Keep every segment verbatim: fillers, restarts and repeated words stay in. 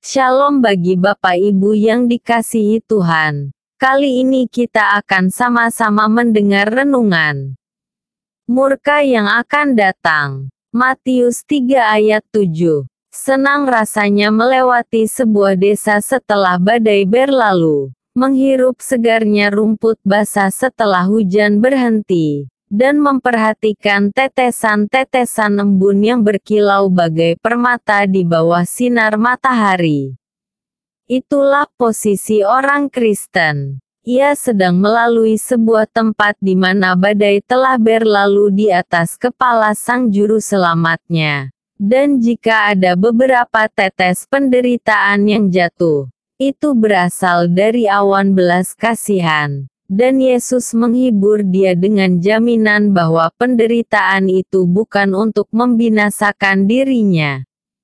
Shalom bagi Bapak Ibu yang dikasihi Tuhan. Kali ini kita akan sama-sama mendengar renungan murka yang akan datang. Matius tiga ayat tujuh. Senang rasanya melewati sebuah desa setelah badai berlalu, menghirup segarnya rumput basah setelah hujan berhenti, dan memperhatikan tetesan-tetesan embun yang berkilau bagai permata di bawah sinar matahari. Itulah posisi orang Kristen. Ia sedang melalui sebuah tempat di mana badai telah berlalu di atas kepala sang juru selamatnya. Dan jika ada beberapa tetes penderitaan yang jatuh, itu berasal dari awan belas kasihan. Dan Yesus menghibur dia dengan jaminan bahwa penderitaan itu bukan untuk membinasakan dirinya.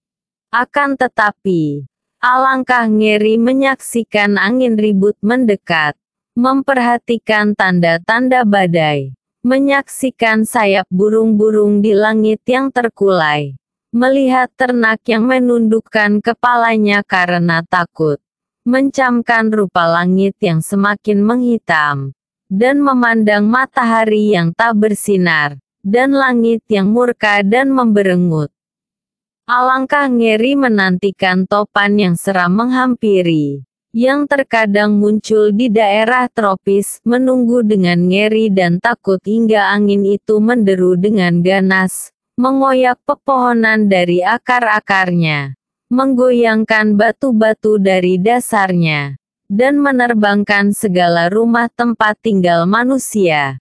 Akan tetapi, alangkah ngeri menyaksikan angin ribut mendekat, memperhatikan tanda-tanda badai, menyaksikan sayap burung-burung di langit yang terkulai, melihat ternak yang menundukkan kepalanya karena takut, mencamkan rupa langit yang semakin menghitam, dan memandang matahari yang tak bersinar, dan langit yang murka dan memberengut. Alangkah ngeri menantikan topan yang seram menghampiri, yang terkadang muncul di daerah tropis, menunggu dengan ngeri dan takut hingga angin itu menderu dengan ganas, mengoyak pepohonan dari akar-akarnya, menggoyangkan batu-batu dari dasarnya, dan menerbangkan segala rumah tempat tinggal manusia.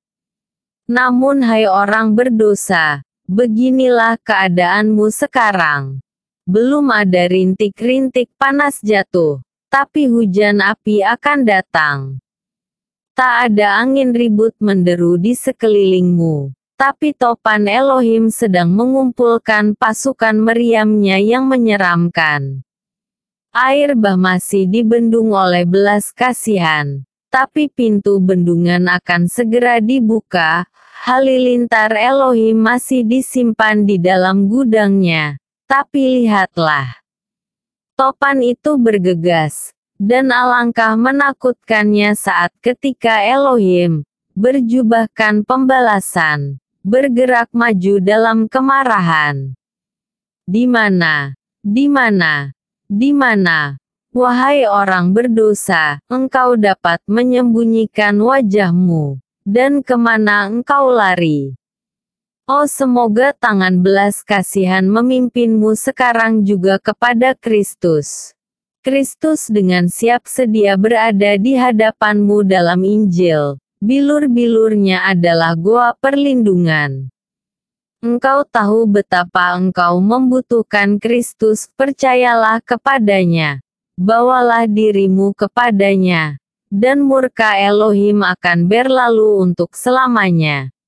Namun hai orang berdosa, beginilah keadaanmu sekarang. Belum ada rintik-rintik panas jatuh, tapi hujan api akan datang. Tak ada angin ribut menderu di sekelilingmu, tapi topan Elohim sedang mengumpulkan pasukan meriamnya yang menyeramkan. Air bah masih dibendung oleh belas kasihan, tapi pintu bendungan akan segera dibuka. Halilintar Elohim masih disimpan di dalam gudangnya, tapi lihatlah. Topan itu bergegas, dan alangkah menakutkannya saat ketika Elohim, berjubahkan pembalasan, bergerak maju dalam kemarahan. Di mana? Di mana? Di mana? Wahai orang berdosa, engkau dapat menyembunyikan wajahmu, dan kemana engkau lari? Oh, semoga tangan belas kasihan memimpinmu sekarang juga kepada Kristus. Kristus dengan siap sedia berada di hadapanmu dalam Injil. Bilur-bilurnya adalah goa perlindungan. Engkau tahu betapa engkau membutuhkan Kristus, percayalah kepadanya. Bawalah dirimu kepadanya, dan murka Elohim akan berlalu untuk selamanya.